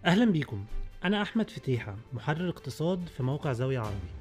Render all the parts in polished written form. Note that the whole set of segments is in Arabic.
أهلا بيكم. أنا أحمد فتيحة، محرر اقتصاد في موقع زاوية عربي.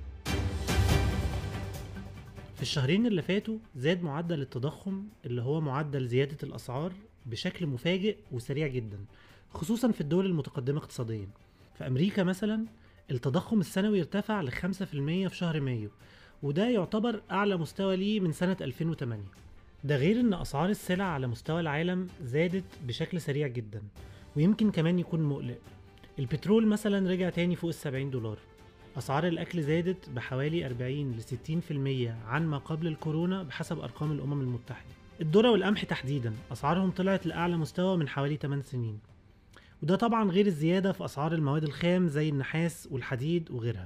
في الشهرين اللي فاتوا زاد معدل التضخم اللي هو معدل زيادة الأسعار بشكل مفاجئ وسريع جدا، خصوصا في الدول المتقدمة اقتصاديا. في أمريكا مثلا التضخم السنوي ارتفع ل5% في شهر مايو، وده يعتبر أعلى مستوى ليه من سنة 2008. ده غير ان اسعار السلع على مستوى العالم زادت بشكل سريع جدا، ويمكن كمان يكون مقلق. البترول مثلا رجع تاني فوق $70. اسعار الاكل زادت بحوالي 40 ل 60% عن ما قبل الكورونا بحسب ارقام الامم المتحدة. الذرة والقمح تحديدا اسعارهم طلعت لاعلى مستوى من حوالي 8 سنين، وده طبعا غير الزيادة في اسعار المواد الخام زي النحاس والحديد وغيرها.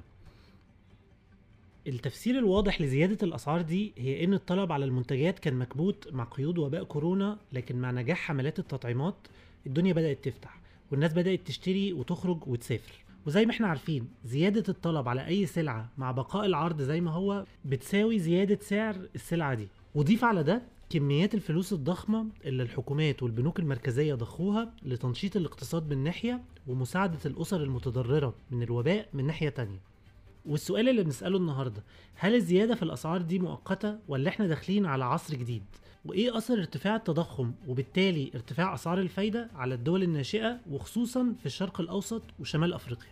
التفسير الواضح لزيادة الأسعار دي هي إن الطلب على المنتجات كان مكبوت مع قيود وباء كورونا، لكن مع نجاح حملات التطعيمات الدنيا بدأت تفتح والناس بدأت تشتري وتخرج وتسافر. وزي ما احنا عارفين زيادة الطلب على أي سلعة مع بقاء العرض زي ما هو بتساوي زيادة سعر السلعة دي. وضيف على ده كميات الفلوس الضخمة اللي الحكومات والبنوك المركزية ضخوها لتنشيط الاقتصاد من ناحية ومساعدة الأسر المتضررة من الوباء من ناحية تانية. والسؤال اللي بنسأله النهاردة، هل الزيادة في الأسعار دي مؤقتة ولا احنا داخلين على عصر جديد؟ وإيه أثر ارتفاع التضخم وبالتالي ارتفاع أسعار الفايدة على الدول الناشئة وخصوصا في الشرق الأوسط وشمال أفريقيا؟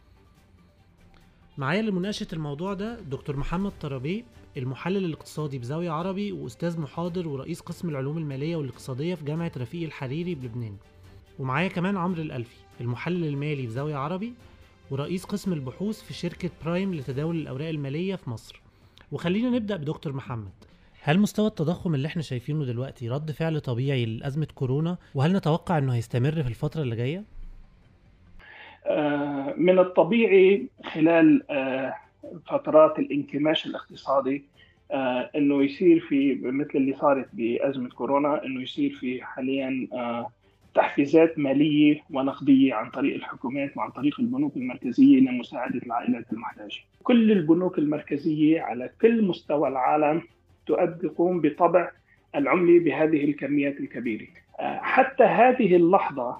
معايا لمناقشة الموضوع ده دكتور محمد طرابيه، المحلل الاقتصادي بزاوية عربي وأستاذ محاضر ورئيس قسم العلوم المالية والاقتصادية في جامعة رفيق الحريري بلبنان. ومعايا كمان عمرو الألفي، المحلل المالي في زاوية عربي ورئيس قسم البحوث في شركة برايم لتداول الأوراق المالية في مصر. وخلينا نبدأ بدكتور محمد. هل مستوى التضخم اللي احنا شايفينه دلوقتي رد فعل طبيعي لأزمة كورونا، وهل نتوقع انه هيستمر في الفترة اللي جاية؟ من الطبيعي خلال فترات الانكماش الاقتصادي انه يصير في مثل اللي صارت بأزمة كورونا، انه يصير في حاليا تحفيزات مالية ونقدية عن طريق الحكومات وعن طريق البنوك المركزية لمساعدة العائلات المحتاجة. كل البنوك المركزية على كل مستوى العالم تقوم بطبع العملة بهذه الكميات الكبيرة. حتى هذه اللحظة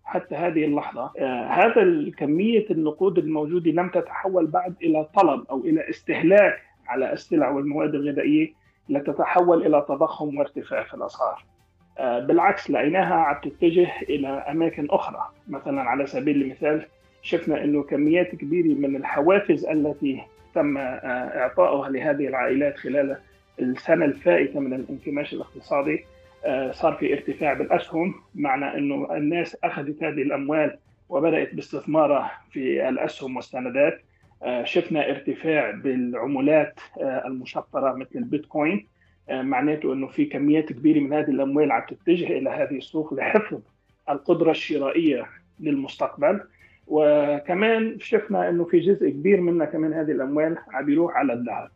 هذا الكمية النقود الموجودة لم تتحول بعد إلى طلب أو إلى استهلاك على السلع والمواد الغذائية لتتحول إلى تضخم وارتفاع في الأسعار. بالعكس لقيناها عم تتجه إلى أماكن أخرى. مثلا على سبيل المثال شفنا أنه كميات كبيرة من الحوافز التي تم إعطائها لهذه العائلات خلال السنة الفائتة من الانكماش الاقتصادي صار في ارتفاع بالأسهم، معنى أنه الناس أخذت هذه الأموال وبدأت باستثمارها في الأسهم والسندات. شفنا ارتفاع بالعملات المشفرة مثل البيتكوين، معناته أنه في كميات كبيرة من هذه الأموال عم تتجه إلى هذه السوق لحفظ القدرة الشرائية للمستقبل. وكمان شفنا أنه في جزء كبير منها كمان هذه الأموال عم يروح على الذهب.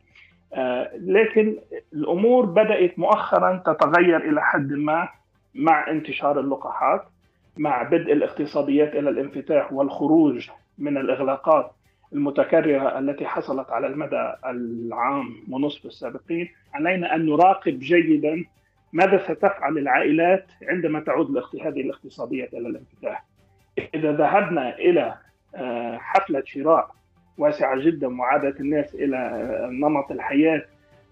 لكن الأمور بدأت مؤخرا تتغير إلى حد ما مع انتشار اللقاحات، مع بدء الاقتصاديات إلى الانفتاح والخروج من الإغلاقات المتكررة التي حصلت على المدى العام ونصف السابقين. علينا أن نراقب جيدا ماذا ستفعل العائلات عندما تعود هذه الاقتصاديات إلى الانفتاح. إذا ذهبنا إلى حفلة شراء واسعة جدا وعادة الناس إلى نمط الحياة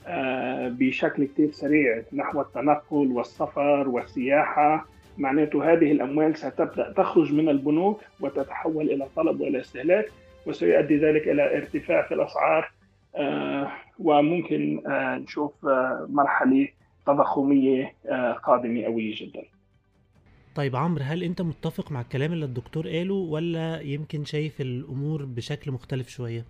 بشكل كتير سريع نحو التنقل والسفر والسياحة، معناته هذه الأموال ستبدأ تخرج من البنوك وتتحول إلى طلب وإلى استهلاك، وسيؤدي ذلك إلى ارتفاع في الأسعار، وممكن نشوف مرحلة تضخمية قادمة قوية جدا. طيب عمرو، هل انت متفق مع الكلام اللي الدكتور قاله ولا يمكن شايف الأمور بشكل مختلف شوية؟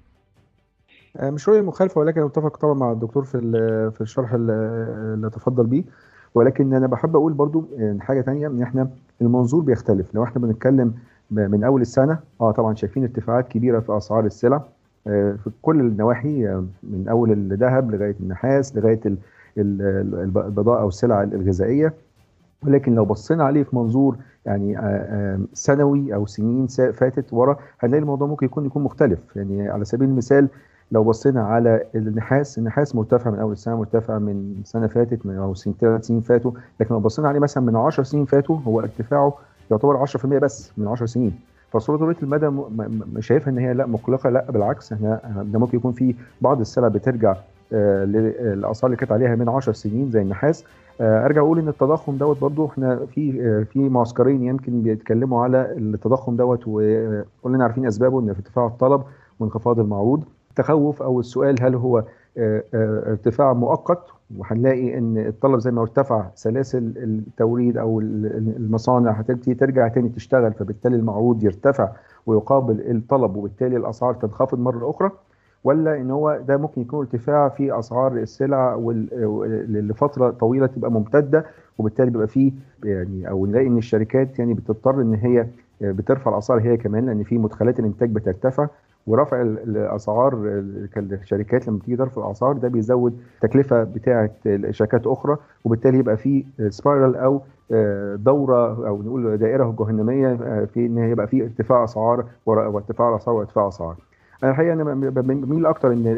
مش رؤية مخالفة، ولكن متفق طبعا مع الدكتور في الشرح اللي تفضل بيه. ولكن أنا بحب أقول برضو حاجة تانية، إن إحنا المنظور بيختلف. لو إحنا بنتكلم من أول السنة طبعا شايفين ارتفاعات كبيرة في أسعار السلع في كل النواحي، من أول الذهب لغاية النحاس لغاية البضائع أو السلع الغذائية. ولكن لو بصينا عليه في منظور يعني سنوي أو سنين فاتت ورا، هنلاقي الموضوع ممكن يكون مختلف. يعني على سبيل المثال لو بصينا على النحاس مرتفع من أول السنة، مرتفع من سنة فاتت أو 3 سنين فاتوا. لكن لو بصينا عليه مثلا من 10 سنين فاتوا، هو ارتفاعه يعتبر 10% بس من 10 سنين. فصوره طويله المدى مش شايفها ان هي لا مقلقه، لا بالعكس، احنا ده ممكن يكون في بعض السلع بترجع للاسعار اللي كانت عليها من 10 سنين زي النحاس. ارجع اقول ان التضخم دوت برضو احنا في معسكرين يمكن بيتكلموا على التضخم دوت، وكلنا عارفين اسبابه، ان في ارتفاع الطلب وانخفاض المعروض. التخوف او السؤال هل هو ارتفاع مؤقت، وهنلاقي ان الطلب زي ما ارتفع سلاسل التوريد او المصانع هتبتدي ترجع تاني تشتغل، فبالتالي المعروض يرتفع ويقابل الطلب، وبالتالي الاسعار تنخفض مره اخرى، ولا ان هو ده ممكن يكون ارتفاع في اسعار السلع لفتره طويله تبقى ممتده، وبالتالي بيبقى فيه يعني او نلاقي ان الشركات يعني بتضطر ان هي بترفع الاسعار هي كمان، لان في مدخلات الانتاج بترتفع، ورفع الاسعار الشركات لما تيجي ترفع الاسعار ده بيزود تكلفه بتاعه شركات اخرى، وبالتالي يبقى في سبايرال او دوره او نقول دائره جهنميه في ان يبقى في ارتفاع اسعار وارتفاع اسعار وارتفاع اسعار. انا الحقيقه انا بميل اكتر ان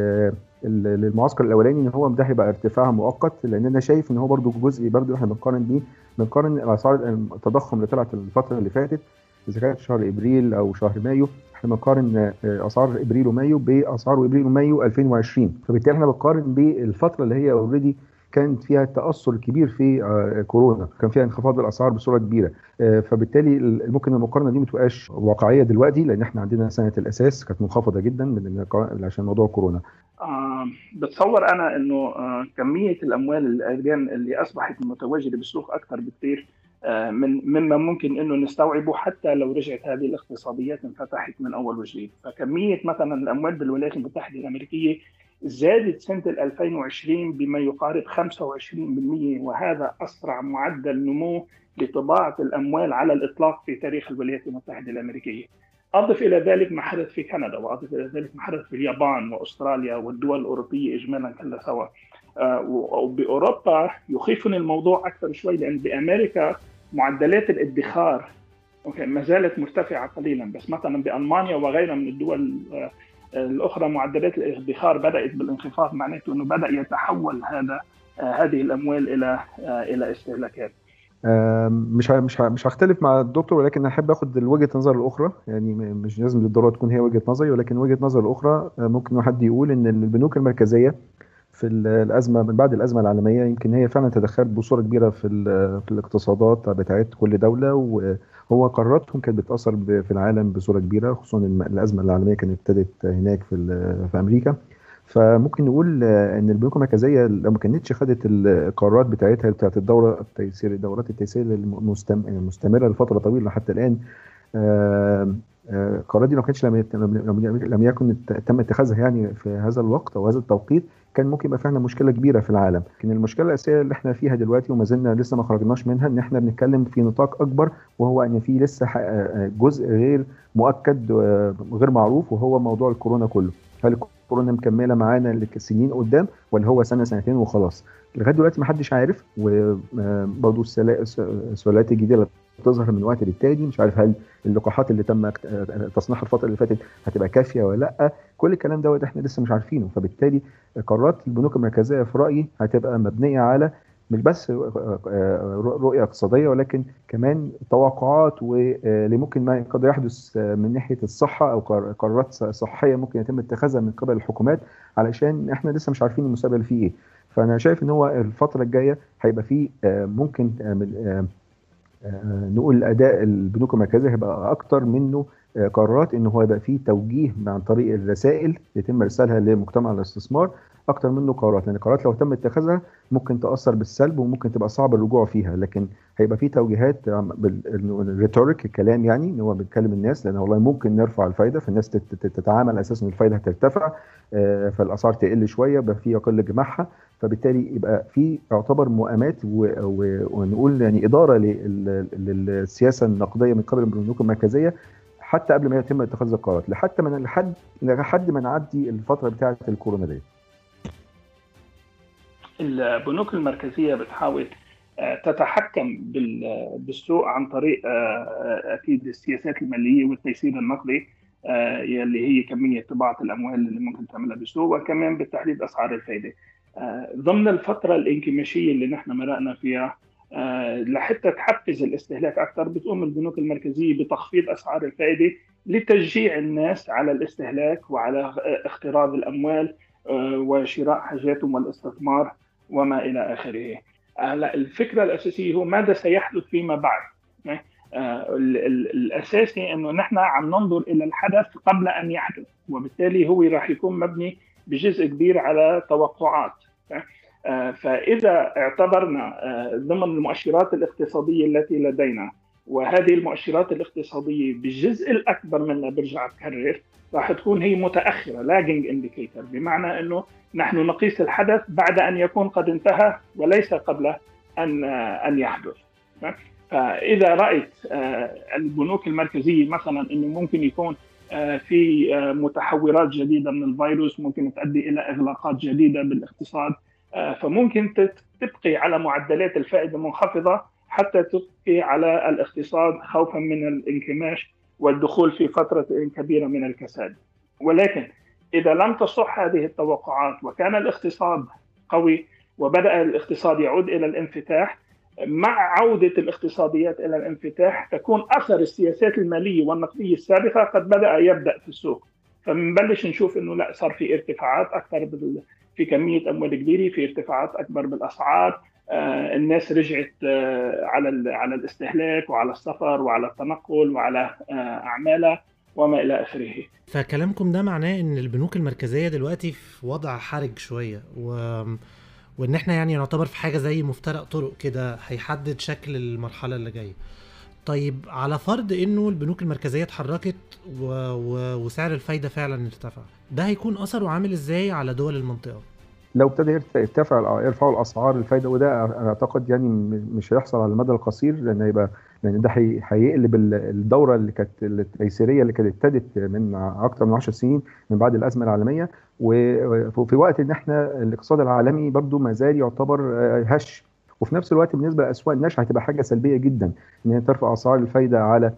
المعسكر الاولاني ان هو ده هيبقى ارتفاع مؤقت، لان انا شايف ان هو برضو جزء برضو احنا بنقارن بيه، بنقارن الاسعار التضخم اللي طلعت الفتره اللي فاتت اذا كانت شهر ابريل او شهر مايو، احنا بنقارن اسعار ابريل ومايو باسعار ابريل ومايو 2020، فبالتالي احنا بنقارن بالفتره اللي هي اوريدي كانت فيها تاثر كبير في كورونا، كان فيها انخفاض الاسعار بصوره كبيره، فبالتالي ممكن المقارنه دي ما تبقاش واقعيه دلوقتي، لان احنا عندنا سنه الاساس كانت منخفضه جدا من عشان موضوع كورونا. بتصور انا انه كميه الاموال الاجان اللي اصبحت متواجده بالسوق اكثر بكثير مما ممكن انه نستوعبه حتى لو رجعت هذه الاقتصاديات انفتحت من اول وجديد. فكميه مثلا الاموال بالولايات المتحده الامريكيه زادت سنه 2020 بما يقارب 25%، وهذا اسرع معدل نمو لطباعه الاموال على الاطلاق في تاريخ الولايات المتحده الامريكيه. أضف إلى ذلك ما حدث في كندا، وأضف إلى ذلك ما حدث في اليابان وأستراليا والدول الأوروبية إجمالا كلها سوا. وبأوروبا يخيفني الموضوع أكثر شوي، لأن بأمريكا معدلات الادخار ما زالت مرتفعة قليلا، بس مثلا بألمانيا وغيرها من الدول الأخرى معدلات الادخار بدأت بالانخفاض، معناته أنه بدأ يتحول هذه الأموال إلى استهلاكات. مش هختلف مع الدكتور، ولكن احب اخد وجهه النظر الاخرى، يعني مش لازم بالضروره تكون هي وجهه نظري، ولكن وجهه نظر الاخرى ممكن حد يقول ان البنوك المركزيه في الازمه من بعد الازمه العالميه يمكن هي فعلا تدخلت بصوره كبيره في الاقتصادات بتاعت كل دوله، وهو قراراتهم كانت بتاثر في العالم بصوره كبيره، خصوصا الازمه العالميه كانت ابتدت هناك في امريكا. فممكن نقول ان البنوك المركزيه لو ما كانتش خدت القرارات بتاعتها بتاعت دورات التيسير المستمره لفتره طويله حتى الان، القرارات دي لو كانتش لم يكن تم اتخاذها يعني في هذا الوقت او هذا التوقيت، كان ممكن يبقى فعلا مشكله كبيره في العالم. لكن المشكله الاساسيه اللي احنا فيها دلوقتي وما زلنا لسه ما خرجناش منها، ان احنا بنتكلم في نطاق اكبر، وهو ان في لسه جزء غير مؤكد وغير معروف، وهو موضوع الكورونا كله. هل الكورونا مكمله معانا لسنين قدام، ولا هو سنه سنتين وخلاص؟ لغايه دلوقتي ما حدش عارف، وبرضه السؤالات الجديده اللي بتظهر من وقت للتاني، مش عارف هل اللقاحات اللي تم تصنيعها الفتره اللي فاتت هتبقى كافيه ولا لا. كل الكلام دوت احنا لسه مش عارفينه، فبالتالي قرارات البنوك المركزيه في رايي هتبقى مبنيه على مش بس رؤيه اقتصاديه، ولكن كمان توقعات، واللي ممكن ما قد يحدث من ناحيه الصحه، او قرارات صحيه ممكن يتم اتخاذها من قبل الحكومات، علشان احنا لسه مش عارفين المستقبل فيه ايه. فانا شايف ان هو الفتره الجايه هيبقى فيه ممكن نقول اداء البنوك المركزيه هيبقى اكتر منه قرارات، ان هو يبقى فيه توجيه عن طريق الرسائل يتم ارسالها لمجتمع الاستثمار اكتر منه قرارات، لان القرارات لو تم اتخاذها ممكن تاثر بالسلب وممكن تبقى صعب الرجوع فيها. لكن هيبقى فيه توجيهات بالريتوريك، الكلام يعني ان هو بيتكلم الناس، لان والله ممكن نرفع الفايده، فالناس تتعامل اساسا ان الفايده هترتفع، فالاسعار تقل شويه، يبقى في اقل جماعها، فبالتالي يبقى في يعتبر مؤامات ونقول يعني اداره للسياسه النقديه من قبل البنوك المركزيه حتى قبل ما يتم اتخاذ القرارات، لحد ما نعدي الفتره بتاعه الكورونا دي. البنوك المركزيه بتحاول تتحكم بالسوق عن طريق اكيد السياسات الماليه والتيسير النقدي، اللي هي كميه طباعه الاموال اللي ممكن تعملها بالسوق، وكمان بتحديد اسعار الفائده. ضمن الفتره الانكماشيه اللي نحن مرقنا فيها لحتى تحفز الاستهلاك أكثر بتقوم البنوك المركزية بتخفيض أسعار الفائدة لتشجيع الناس على الاستهلاك وعلى اقتراض الأموال وشراء حاجاتهم والاستثمار وما إلى آخره. هلا الفكرة الأساسية هو ماذا سيحدث فيما بعد. الأساسي أنه نحن عم ننظر إلى الحدث قبل أن يحدث، وبالتالي هو راح يكون مبني بجزء كبير على توقعات. فإذا اعتبرنا ضمن المؤشرات الاقتصادية التي لدينا، وهذه المؤشرات الاقتصادية بالجزء الأكبر منها برجع بكرر راح تكون هي متأخرة lagging indicator، بمعنى أنه نحن نقيس الحدث بعد أن يكون قد انتهى وليس قبل أن يحدث. فإذا رأيت البنوك المركزية مثلا أنه ممكن يكون في متحورات جديدة من الفيروس ممكن تؤدي إلى إغلاقات جديدة بالاقتصاد، فممكن تبقي على معدلات الفائدة منخفضة حتى تبقي على الاقتصاد خوفا من الانكماش والدخول في فترة كبيرة من الكساد. ولكن إذا لم تصح هذه التوقعات وكان الاقتصاد قوي وبدأ الاقتصاد يعود إلى الانفتاح، مع عودة الاقتصاديات إلى الانفتاح تكون أثر السياسات المالية والنقدية السابقة قد يبدأ في السوق، فبنبلش نشوف إنه لا صار في ارتفاعات أكثر في كمية أموال كبيرة، في ارتفاعات أكبر بالأسعار، الناس رجعت على الاستهلاك وعلى السفر وعلى التنقل وعلى أعمالها وما إلى آخره. فكلامكم ده معناه إن البنوك المركزية دلوقتي في وضع حرج شوية، وإن إحنا يعني نعتبر في حاجة زي مفترق طرق كده هيحدد شكل المرحلة اللي جاية. طيب على فرض إنه البنوك المركزية اتحركت وسعر الفايدة فعلا ارتفع، ده هيكون أثره عامل إزاي على دول المنطقة؟ لو ابتدى يرفعوا الاسعار الفايده، وده انا اعتقد يعني مش هيحصل على المدى القصير، لان ده هيقلب الدوره اللي كانت التيسيريه اللي كانت ابتدت من اكثر من 10 سنين من بعد الازمه العالميه، وفي وقت ان احنا الاقتصاد العالمي برضو ما زال يعتبر هش، وفي نفس الوقت بالنسبه لاسواق النشأ هتبقى حاجه سلبيه جدا ان هي ترفع اسعار الفايده على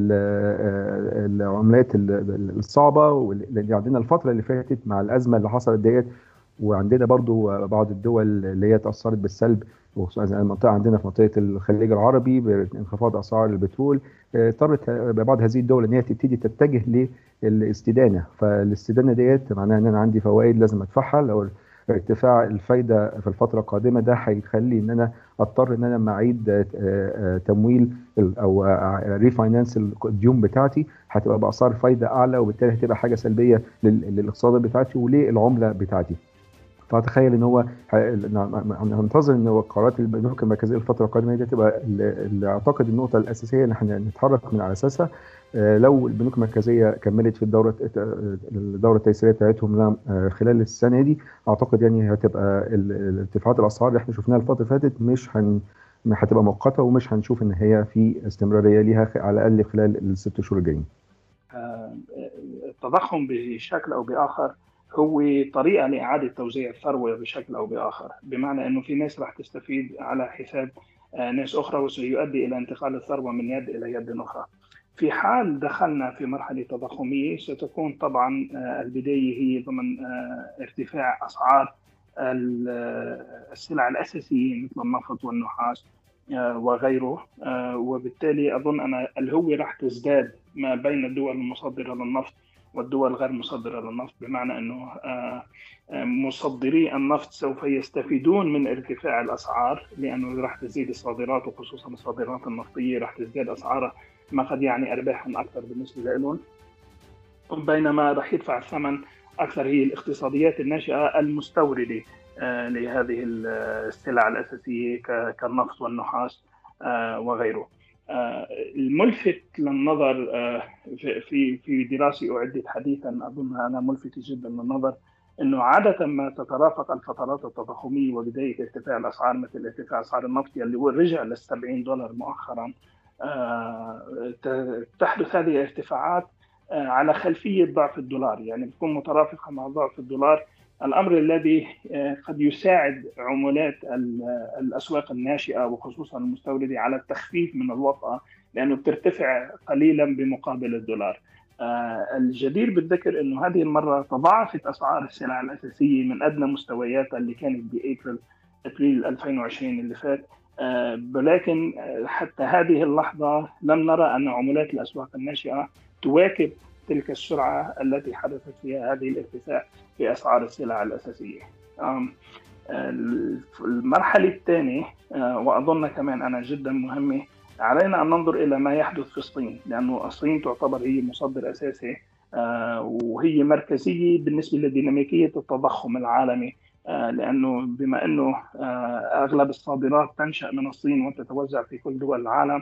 العملات الصعبه، واللي عندنا الفتره اللي فاتت مع الازمه اللي حصلت ديت، وعندنا برضو بعض الدول اللي هي تأثرت بالسلب، وخصوصا المنطقة عندنا في منطقة الخليج العربي بانخفاض أسعار البترول، اضطرت بعض هذه الدول ان هي تبتدي تتجه للاستدانة. فالاستدانة ديت معناها ان انا عندي فوائد لازم ادفعها، لو ارتفاع الفايدة في الفترة القادمة ده هيخلي ان انا اضطر ان انا معيد تمويل او ريفاينانس الديون بتاعتي، هتبقى بأسعار فايدة اعلى، وبالتالي هتبقى حاجة سلبية للاقتصاد بتاعتي وللعملة بتاعتي. فأتخيل ان هو هننتظر ان هو قرارات البنوك المركزيه الفتره القادمه دي تبقى اللي اعتقد النقطه الاساسيه اللي احنا نتحرك من على اساسها. لو البنوك المركزيه كملت في الدوره التيسيريه بتاعتهم خلال السنه دي، اعتقد يعني هتبقى ارتفاعات الاسعار اللي احنا شفناها الفتره اللي فاتت مش هتبقى مؤقته، ومش هنشوف ان هي في استمراريه ليها على الاقل خلال ال6 شهور الجايين. التضخم بشكل او باخر هو طريقة لإعادة توزيع الثروة بشكل أو بآخر، بمعنى أنه في ناس راح تستفيد على حساب ناس أخرى، وسيؤدي إلى انتقال الثروة من يد إلى يد أخرى. في حال دخلنا في مرحلة تضخمية ستكون طبعا البداية هي ضمن ارتفاع أسعار السلع الأساسية مثل النفط والنحاس وغيره، وبالتالي أظن أنا الهوة راح تزداد ما بين الدول المصدرة للنفط والدول غير مصدرة للنفط، بمعنى أنه مصدري النفط سوف يستفيدون من ارتفاع الأسعار، لأنه راح تزيد الصادرات، وخصوصا الصادرات النفطية راح تزداد أسعارها، ما قد يعني أرباحهم أكثر بالنسبة لهم، بينما راح يدفع الثمن أكثر هي الاقتصاديات الناشئة المستوردة لهذه السلع الأساسية كالنفط والنحاس وغيره. الملفت للنظر في دراسة أعدت حديثا أظنها أنا ملفتة جدا للنظر، أنه عادة ما تترافق الفترات التضخمية وبداية ارتفاع الأسعار مثل ارتفاع أسعار النفط اللي هو رجع $70 مؤخرا، تحدث هذه الارتفاعات على خلفية ضعف الدولار، يعني بتكون مترافقة مع ضعف الدولار، الأمر الذي قد يساعد عملات الأسواق الناشئة وخصوصا المستوردة على التخفيف من الوطأة، لأنه بترتفع قليلا بمقابل الدولار. الجدير بالذكر أنه هذه المرة تضاعفت أسعار السلع الأساسية من أدنى مستوياتها اللي كانت بأبريل 2020 اللي فات ولكن حتى هذه اللحظة لم نرى أن عملات الأسواق الناشئة تواكب تلك السرعة التي حدثت فيها هذه الارتفاع في أسعار السلع الأساسية. المرحلة الثانية وأظن كمان أنا جدا مهمة، علينا أن ننظر إلى ما يحدث في الصين، لأنه الصين تعتبر هي مصدر أساسي وهي مركزية بالنسبة لديناميكية التضخم العالمي، لأنه بما أنه أغلب الصادرات تنشأ من الصين وتتوزع في كل دول العالم،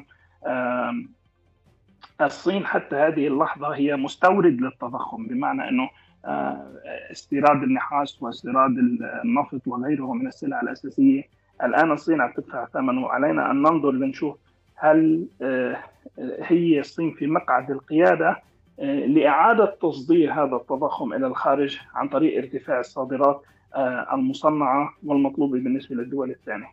الصين حتى هذه اللحظة هي مستورد للتضخم، بمعنى أنه استيراد النحاس واستيراد النفط وغيره من السلع الأساسية الآن الصين عم تدفع ثمنه. علينا أن ننظر لنشوف هل هي الصين في مقعد القيادة لإعادة تصدير هذا التضخم إلى الخارج عن طريق ارتفاع الصادرات المصنعة والمطلوبة بالنسبة للدول الثانية.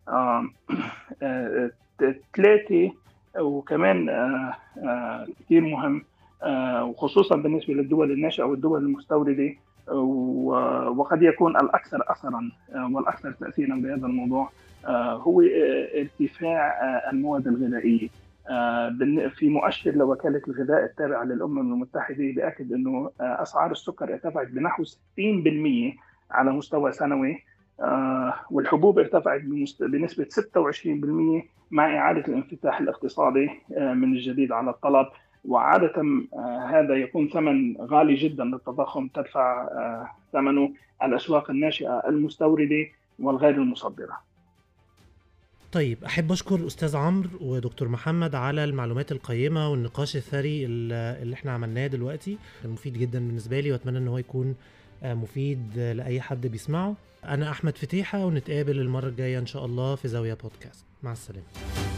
ثلاثة وكمان كثير مهم وخصوصا بالنسبة للدول الناشئة والدول المستوردة، وقد يكون الأكثر أثرا والأكثر تأثيرا بهذا الموضوع هو ارتفاع المواد الغذائية. في مؤشر لوكالة الغذاء التابعة للأمم المتحدة بيأكد أنه أسعار السكر ارتفعت بنحو 60% على مستوى سنوي، والحبوب ارتفعت بنسبة 26% مع إعادة الانفتاح الاقتصادي من الجديد على الطلب. وعادة هذا يكون ثمن غالي جدا للتضخم تدفع ثمنه الأسواق الناشئة المستوردة والغير المصدرة. طيب، أحب أشكر أستاذ عمرو ودكتور محمد على المعلومات القيمة والنقاش الثري اللي احنا عملناه دلوقتي، مفيد جدا بالنسبة لي، وأتمنى أنه يكون مفيد لأي حد بيسمعه. أنا أحمد فتيحة، ونتقابل المرة الجاية إن شاء الله في زاوية بودكاست. مع السلامة.